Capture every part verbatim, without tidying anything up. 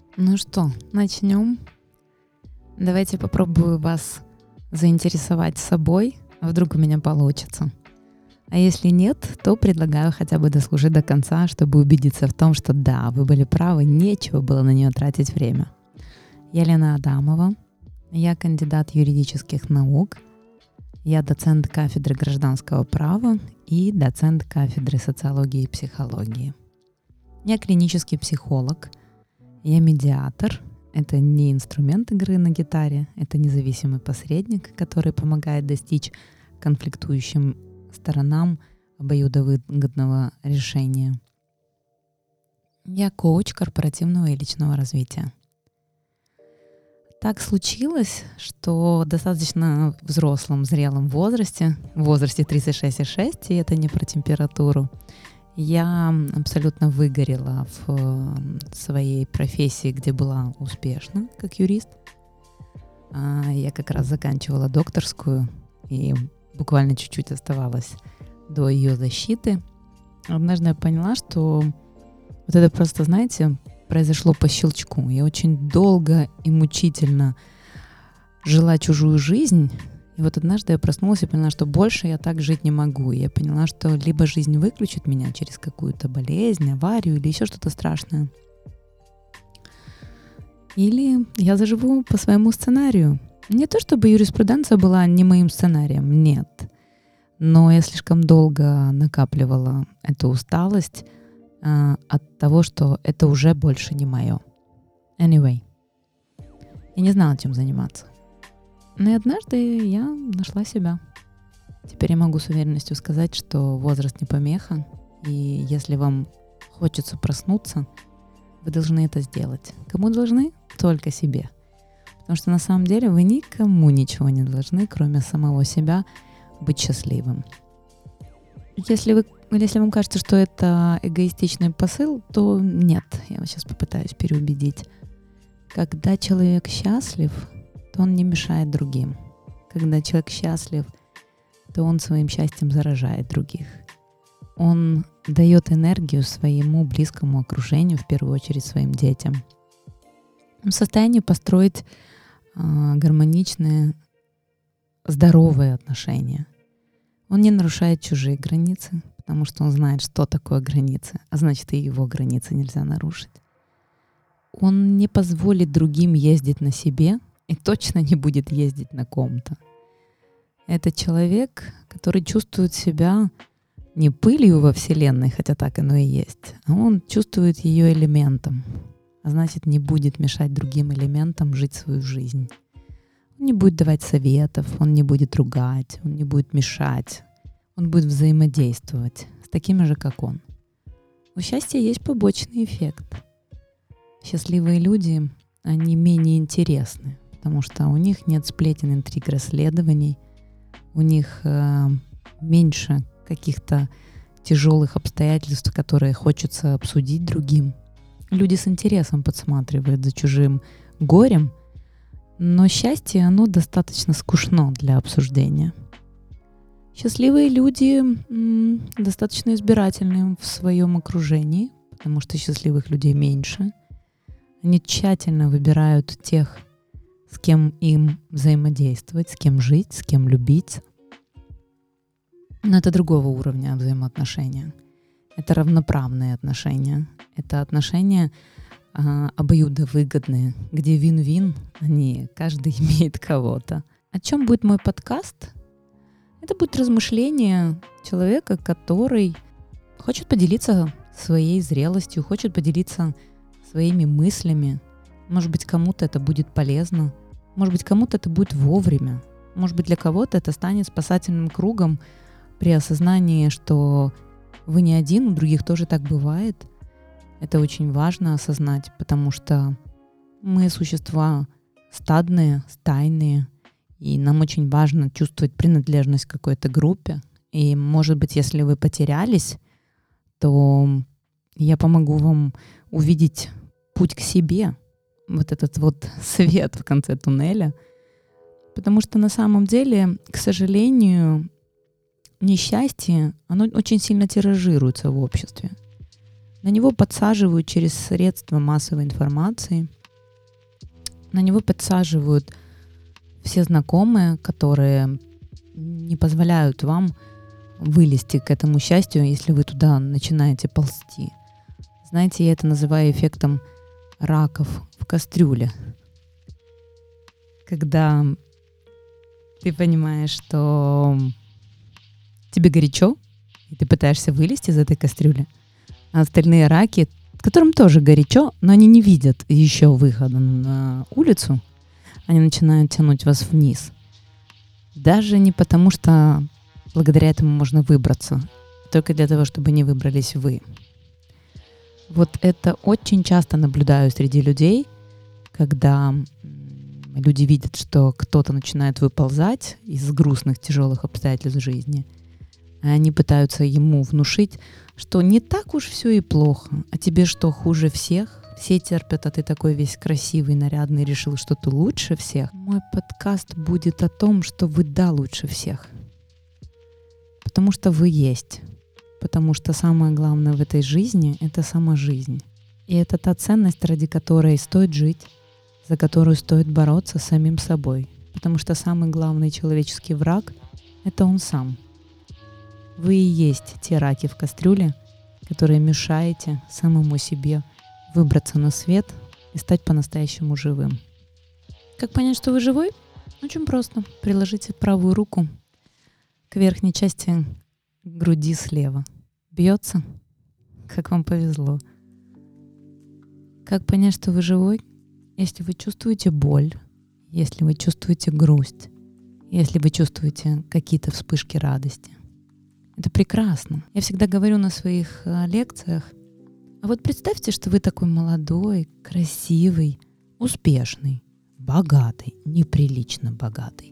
Ну что, начнем? Давайте попробую вас заинтересовать собой, а вдруг у меня получится. А если нет, то предлагаю хотя бы дослушать до конца, чтобы убедиться в том, что да, вы были правы, нечего было на нее тратить время. Я Лена Адамова, я кандидат юридических наук, я доцент кафедры гражданского права и доцент кафедры социологии и психологии. Я клинический психолог, я медиатор. Это не инструмент игры на гитаре, это независимый посредник, который помогает достичь конфликтующим сторонам обоюдовыгодного решения. Я коуч корпоративного и личного развития. Так случилось, что в достаточно взрослом, зрелом возрасте, в возрасте тридцать шесть и шесть, и это не про температуру, я абсолютно выгорела в своей профессии, где была успешна как юрист. Я как раз заканчивала докторскую, и буквально чуть-чуть оставалось до ее защиты. Однажды я поняла, что вот это просто, знаете, произошло по щелчку. Я очень долго и мучительно жила чужую жизнь. И вот однажды я проснулась и поняла, что больше я так жить не могу. И я поняла, что либо жизнь выключит меня через какую-то болезнь, аварию или еще что-то страшное, или я заживу по своему сценарию. Не то чтобы юриспруденция была не моим сценарием, нет. Но я слишком долго накапливала эту усталость э, от того, что это уже больше не мое. Anyway, я не знала, чем заниматься. Но и однажды я нашла себя. Теперь я могу с уверенностью сказать, что возраст не помеха, и если вам хочется проснуться, вы должны это сделать. Кому должны? Только себе. Потому что на самом деле вы никому ничего не должны, кроме самого себя, быть счастливым. Если, вы, если вам кажется, что это эгоистичный посыл, то нет, я вас сейчас попытаюсь переубедить. Когда человек счастлив, то он не мешает другим. Когда человек счастлив, то он своим счастьем заражает других. Он дает энергию своему близкому окружению, в первую очередь своим детям. Он в состоянии построить э, гармоничные, здоровые отношения. Он не нарушает чужие границы, потому что он знает, что такое границы, а значит, и его границы нельзя нарушить. Он не позволит другим ездить на себе и точно не будет ездить на ком-то. Это человек, который чувствует себя не пылью во Вселенной, хотя так оно и есть, а он чувствует ее элементом, а значит, не будет мешать другим элементам жить свою жизнь. Он не будет давать советов, он не будет ругать, он не будет мешать, он будет взаимодействовать с такими же, как он. У счастья есть побочный эффект. Счастливые люди, они менее интересны, потому что у них нет сплетен, интриг, расследований, у них э, меньше каких-то тяжелых обстоятельств, которые хочется обсудить другим. Люди с интересом подсматривают за чужим горем, но счастье, оно достаточно скучно для обсуждения. Счастливые люди м, достаточно избирательны в своем окружении, потому что счастливых людей меньше. Они тщательно выбирают тех, с кем им взаимодействовать, с кем жить, с кем любить. Но это другого уровня взаимоотношения. Это равноправные отношения. Это отношения э, обоюдовыгодные, где вин-вин, а не каждый имеет кого-то. О чем будет мой подкаст? Это будет размышление человека, который хочет поделиться своей зрелостью, хочет поделиться своими мыслями. Может быть, кому-то это будет полезно. Может быть, кому-то это будет вовремя. Может быть, для кого-то это станет спасательным кругом при осознании, что вы не один, у других тоже так бывает. Это очень важно осознать, потому что мы существа стадные, стайные, и нам очень важно чувствовать принадлежность к какой-то группе. И, может быть, если вы потерялись, то я помогу вам увидеть путь к себе, вот этот вот свет в конце туннеля. Потому что на самом деле, к сожалению, несчастье, оно очень сильно тиражируется в обществе. На него подсаживают через средства массовой информации. На него подсаживают все знакомые, которые не позволяют вам вылезти к этому счастью, если вы туда начинаете ползти. Знаете, я это называю эффектом раков в кастрюле. Когда ты понимаешь, что тебе горячо, и ты пытаешься вылезти из этой кастрюли, а остальные раки, которым тоже горячо, но они не видят еще выхода на улицу, они начинают тянуть вас вниз. Даже не потому, что благодаря этому можно выбраться, только для того, чтобы не выбрались вы. Вот это очень часто наблюдаю среди людей, когда люди видят, что кто-то начинает выползать из грустных, тяжелых обстоятельств жизни, и они пытаются ему внушить, что не так уж все и плохо, а тебе что, хуже всех? Все терпят, а ты такой весь красивый, нарядный, решил, что ты лучше всех. Мой подкаст будет о том, что вы да лучше всех. Потому что вы есть. Потому что самое главное в этой жизни — это сама жизнь. И это та ценность, ради которой стоит жить, за которую стоит бороться с самим собой. Потому что самый главный человеческий враг — это он сам. Вы и есть те раки в кастрюле, которые мешаете самому себе выбраться на свет и стать по-настоящему живым. Как понять, что вы живой? Очень просто. Приложите правую руку к верхней части груди слева. Бьется? Как вам повезло. Как понять, что вы живой? Если вы чувствуете боль, если вы чувствуете грусть, если вы чувствуете какие-то вспышки радости. Это прекрасно. Я всегда говорю на своих э, лекциях, а вот представьте, что вы такой молодой, красивый, успешный, богатый, неприлично богатый.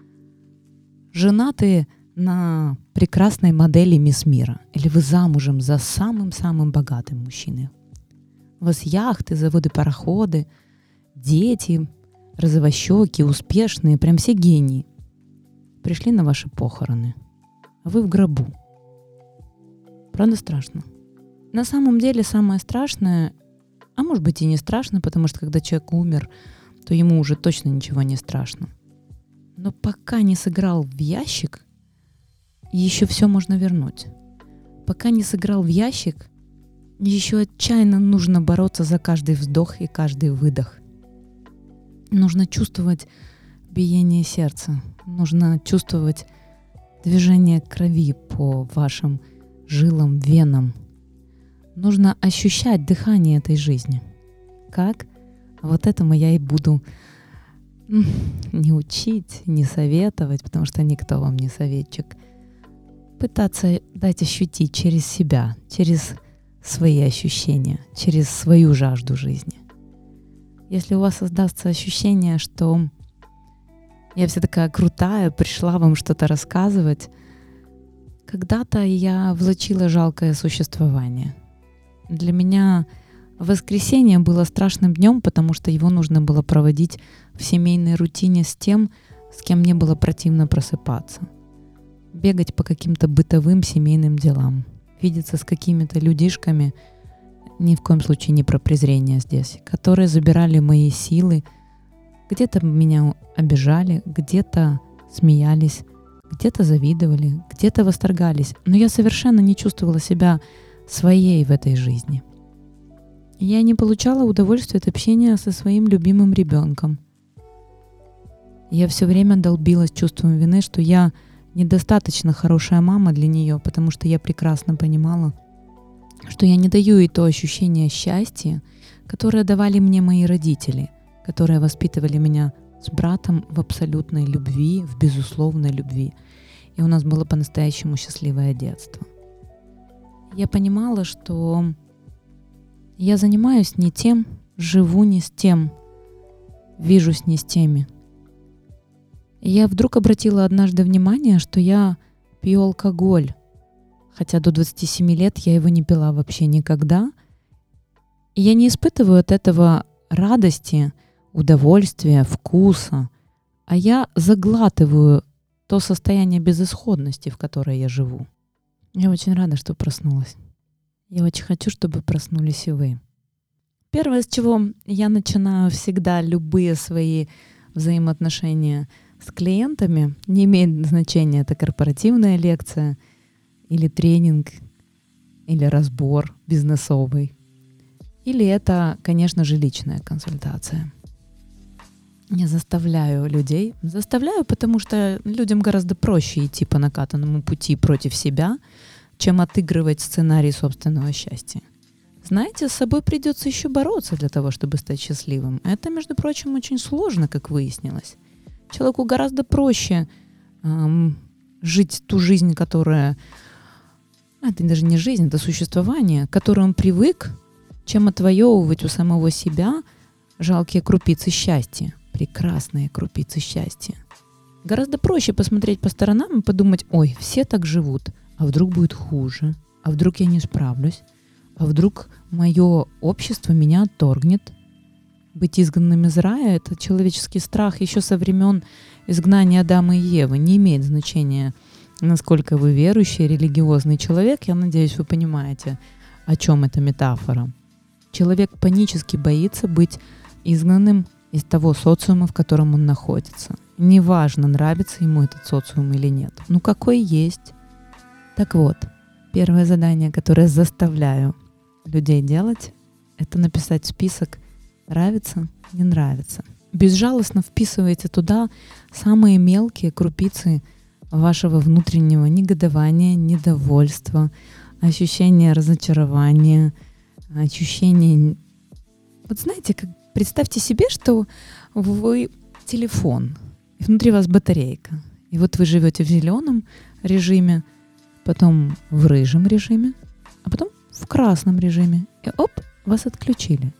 Женатый на прекрасной модели мисс Мира. Или вы замужем за самым-самым богатым мужчиной. У вас яхты, заводы, пароходы, дети, розовощеки, успешные, прям все гении. Пришли на ваши похороны, а вы в гробу. Правда страшно? На самом деле самое страшное, а может быть и не страшно, потому что когда человек умер, то ему уже точно ничего не страшно. Но пока не сыграл в ящик, еще все можно вернуть. Пока не сыграл в ящик, еще отчаянно нужно бороться за каждый вздох и каждый выдох. Нужно чувствовать биение сердца, нужно чувствовать движение крови по вашим жилам, венам. Нужно ощущать дыхание этой жизни. Как? Вот этому я и буду не учить, не советовать, потому что никто вам не советчик. Пытаться дать ощутить через себя, через свои ощущения, через свою жажду жизни. Если у вас создастся ощущение, что я вся такая крутая, пришла вам что-то рассказывать, когда-то я влачила жалкое существование. Для меня воскресенье было страшным днем, потому что его нужно было проводить в семейной рутине с тем, с кем мне было противно просыпаться. Бегать по каким-то бытовым семейным делам. Видеться с какими-то людишками, ни в коем случае не про презрение здесь, которые забирали мои силы, где-то меня обижали, где-то смеялись, где-то завидовали, где-то восторгались, но я совершенно не чувствовала себя своей в этой жизни. Я не получала удовольствия от общения со своим любимым ребенком. Я все время долбилась чувством вины, что я недостаточно хорошая мама для нее, потому что я прекрасно понимала, что я не даю ей то ощущение счастья, которое давали мне мои родители, которые воспитывали меня с братом в абсолютной любви, в безусловной любви. И у нас было по-настоящему счастливое детство. Я понимала, что я занимаюсь не тем, живу не с тем, вижусь не с теми. И я вдруг обратила однажды внимание, что я пью алкоголь, хотя до двадцати семи лет я его не пила вообще никогда. И я не испытываю от этого радости, удовольствия, вкуса, а я заглатываю то состояние безысходности, в которое я живу. Я очень рада, что проснулась. Я очень хочу, чтобы проснулись и вы. Первое, с чего я начинаю всегда любые свои взаимоотношения с клиентами, не имеет значения, это корпоративная лекция или тренинг, или разбор бизнесовый, или это, конечно же, личная консультация. Я заставляю людей, заставляю, потому что людям гораздо проще идти по накатанному пути против себя, чем отыгрывать сценарий собственного счастья. Знаете, с собой придется еще бороться для того, чтобы стать счастливым. Это, между прочим, очень сложно, как выяснилось. Человеку гораздо проще эм, жить ту жизнь, которая... Это даже не жизнь, это существование, к которому он привык, чем отвоевывать у самого себя жалкие крупицы счастья. Прекрасные крупицы счастья. Гораздо проще посмотреть по сторонам и подумать: ой, все так живут, а вдруг будет хуже, а вдруг я не справлюсь, а вдруг мое общество меня отторгнет. Быть изгнанным из рая — это человеческий страх еще со времен изгнания Адама и Евы. Не имеет значения, насколько вы верующий, религиозный человек. Я надеюсь, вы понимаете, о чем эта метафора. Человек панически боится быть изгнанным из того социума, в котором он находится. Неважно, нравится ему этот социум или нет. Ну, какой есть. Так вот, первое задание, которое заставляю людей делать, это написать список нравится, не нравится. Безжалостно вписывайте туда самые мелкие крупицы вашего внутреннего негодования, недовольства, ощущения разочарования, ощущения... Вот знаете, как представьте себе, что вы телефон, и внутри вас батарейка. И вот вы живете в зеленом режиме, потом в рыжем режиме, а потом в красном режиме. И оп, вас отключили.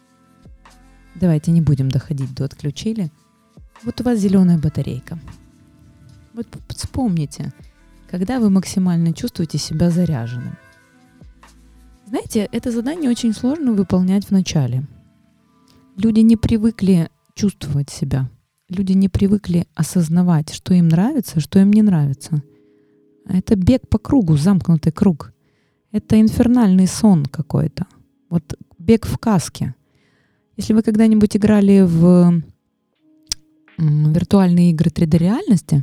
Давайте не будем доходить до отключили. Вот у вас зеленая батарейка. Вот вспомните, когда вы максимально чувствуете себя заряженным. Знаете, это задание очень сложно выполнять в начале. Люди не привыкли чувствовать себя. Люди не привыкли осознавать, что им нравится, что им не нравится. Это бег по кругу, замкнутый круг. Это инфернальный сон какой-то. Вот бег в каске. Если вы когда-нибудь играли в виртуальные игры три дэ-реальности,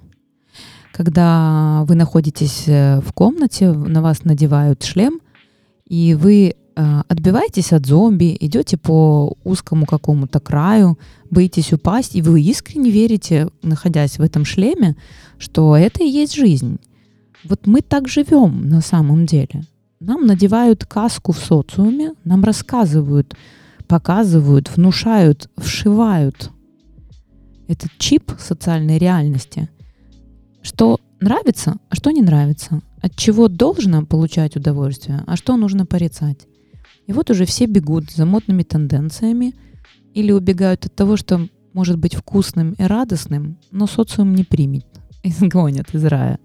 когда вы находитесь в комнате, на вас надевают шлем, и вы отбиваетесь от зомби, идете по узкому какому-то краю, боитесь упасть, и вы искренне верите, находясь в этом шлеме, что это и есть жизнь. Вот мы так живем на самом деле. Нам надевают каску в социуме, нам рассказывают, показывают, внушают, вшивают этот чип социальной реальности, что нравится, а что не нравится, от чего должно получать удовольствие, а что нужно порицать. И вот уже все бегут за модными тенденциями или убегают от того, что может быть вкусным и радостным, но социум не примет, изгонят из рая.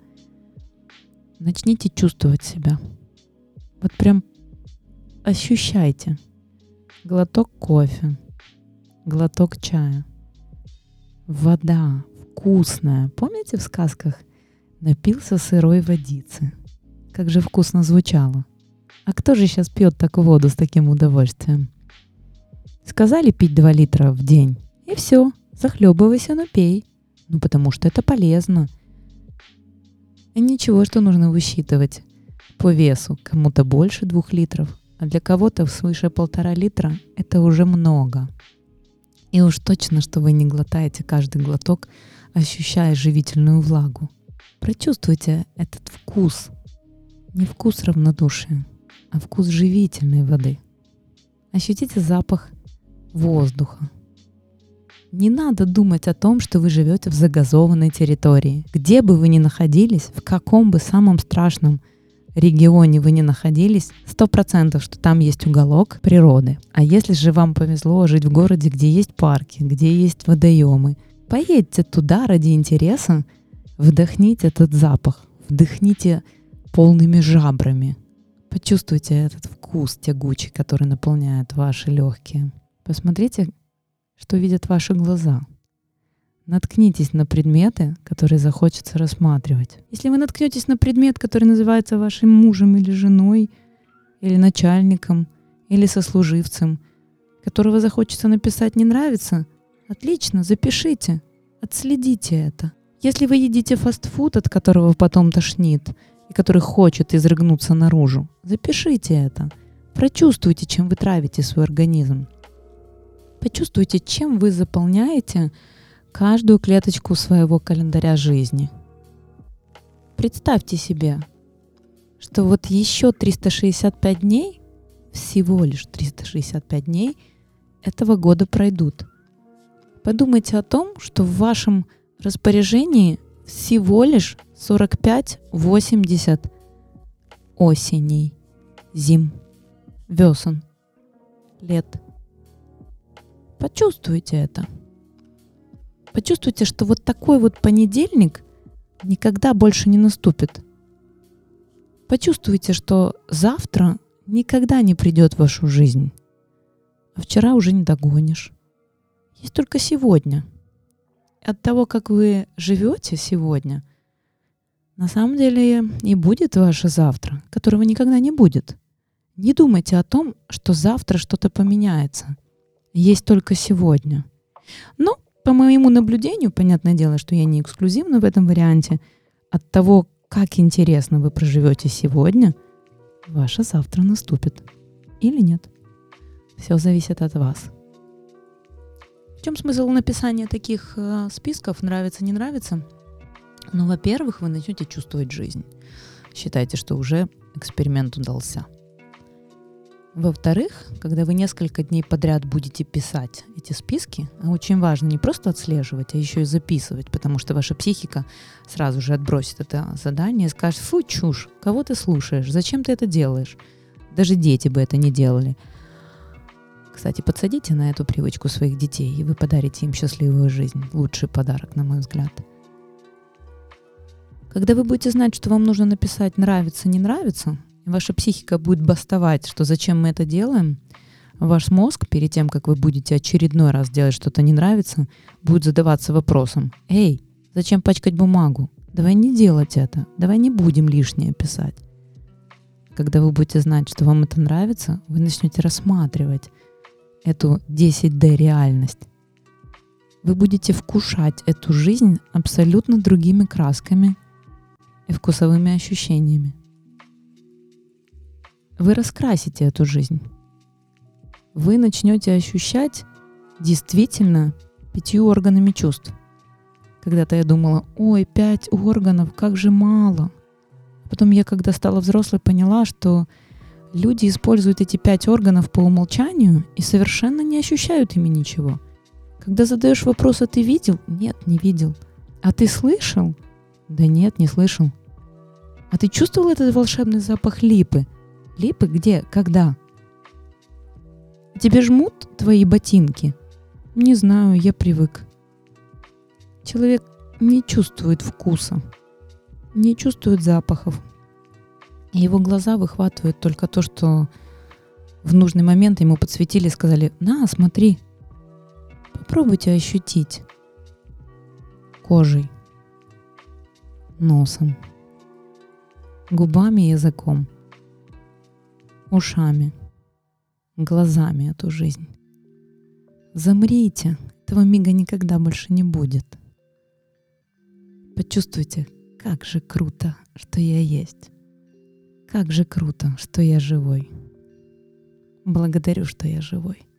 Начните чувствовать себя. Вот прям ощущайте. Глоток кофе, глоток чая, вода вкусная. Помните, в сказках напился сырой водицы? Как же вкусно звучало. А кто же сейчас пьет такую воду с таким удовольствием? Сказали пить два литра в день, и все, захлебывайся, но пей. Ну, потому что это полезно. И ничего, что нужно высчитывать по весу. Кому-то больше двух литров, а для кого-то свыше полтора литра — это уже много. И уж точно, что вы не глотаете каждый глоток, ощущая живительную влагу. Прочувствуйте этот вкус. Не вкус равнодушия, а вкус живительной воды. Ощутите запах воздуха. Не надо думать о том, что вы живете в загазованной территории. Где бы вы ни находились, в каком бы самом страшном регионе вы ни находились, сто процентов, что там есть уголок природы. А если же вам повезло жить в городе, где есть парки, где есть водоемы, поедьте туда ради интереса, вдохните этот запах, вдохните полными жабрами. Почувствуйте этот вкус тягучий, который наполняет ваши легкие. Посмотрите, что видят ваши глаза. Наткнитесь на предметы, которые захочется рассматривать. Если вы наткнетесь на предмет, который называется вашим мужем или женой, или начальником, или сослуживцем, которого захочется написать, не нравится? Отлично, запишите, отследите это. Если вы едите фастфуд, от которого потом тошнит, и который хочет изрыгнуться наружу, запишите это. Прочувствуйте, чем вы травите свой организм. Почувствуйте, чем вы заполняете каждую клеточку своего календаря жизни. Представьте себе, что вот еще триста шестьдесят пять дней, всего лишь триста шестьдесят пять дней этого года пройдут. Подумайте о том, что в вашем распоряжении всего лишь сорок пять восемьдесят осеней, зим, весен, лет. Почувствуйте это. Почувствуйте, что вот такой вот понедельник никогда больше не наступит. Почувствуйте, что завтра никогда не придет в вашу жизнь, а вчера уже не догонишь. Есть только сегодня. От того, как вы живете сегодня, на самом деле и будет ваше завтра, которого никогда не будет. Не думайте о том, что завтра что-то поменяется. Есть только сегодня. Но, по моему наблюдению, понятное дело, что я не эксклюзивна в этом варианте, от того, как интересно вы проживете сегодня, ваше завтра наступит. Или нет. Все зависит от вас. В чем смысл написания таких э, списков? Нравится, не нравится? Ну, во-первых, вы начнете чувствовать жизнь. Считайте, что уже эксперимент удался. Во-вторых, когда вы несколько дней подряд будете писать эти списки, а очень важно не просто отслеживать, а еще и записывать, потому что ваша психика сразу же отбросит это задание и скажет: фу, чушь, кого ты слушаешь, зачем ты это делаешь? Даже дети бы это не делали. Кстати, подсадите на эту привычку своих детей, и вы подарите им счастливую жизнь. Лучший подарок, на мой взгляд. Когда вы будете знать, что вам нужно написать «нравится, не нравится», и ваша психика будет бастовать, что зачем мы это делаем, ваш мозг, перед тем, как вы будете очередной раз делать что-то не нравится, будет задаваться вопросом: «Эй, зачем пачкать бумагу? Давай не делать это, давай не будем лишнее писать». Когда вы будете знать, что вам это нравится, вы начнете рассматривать эту десять дэ реальность. Вы будете вкушать эту жизнь абсолютно другими красками и вкусовыми ощущениями. Вы раскрасите эту жизнь. Вы начнете ощущать действительно пятью органами чувств. Когда-то я думала: ой, пять органов, как же мало. Потом я, когда стала взрослой, поняла, что люди используют эти пять органов по умолчанию и совершенно не ощущают ими ничего. Когда задаешь вопрос: а ты видел? Нет, не видел. А ты слышал? Да нет, не слышал. А ты чувствовал этот волшебный запах липы? Липы где? Когда? Тебе жмут твои ботинки? Не знаю, я привык. Человек не чувствует вкуса, не чувствует запахов. И его глаза выхватывают только то, что в нужный момент ему подсветили и сказали: на, смотри. Попробуйте ощутить кожей, носом, губами, языком, ушами, глазами эту жизнь. Замрите, этого мига никогда больше не будет. Почувствуйте, как же круто, что я есть. Как же круто, что я живой. Благодарю, что я живой.